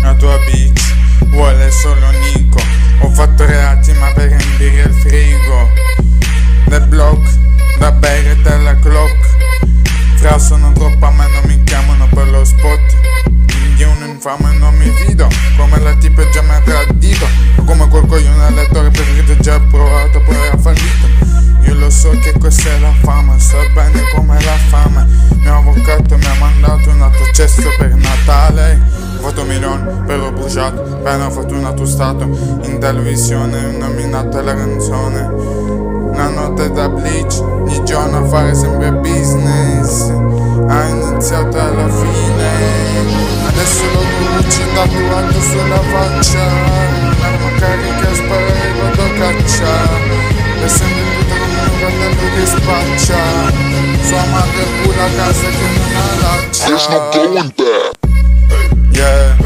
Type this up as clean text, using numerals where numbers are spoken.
La tua bitch vuole solo Nico. Ho fatto reati ma per riempire il frigo. Del block, da bere della clock. Fra sono troppo, a me non mi chiamano per lo spot. Di un infame non mi fido. Come la tipa già mi ha tradito. O come quel coglione lettore preferito già provato poi ha fallito. Io lo so che questa è la fama, so bene come la fame. Mio avvocato mi ha mandato un processo per Natale. Ho fatto 1 milione per l'ho bruciato, appena ho fortunato stato in televisione, nominata la canzone. Una notte da Bleach, ogni giorno a fare sempre business. Ha iniziato alla fine, adesso l'ho tatuato sulla faccia. L'arma carica, sparare vado a caccia. È sempre tutto come un fratello che spaccia. Sua madre pure a casa che non ha laccia. There's no going back. Yeah,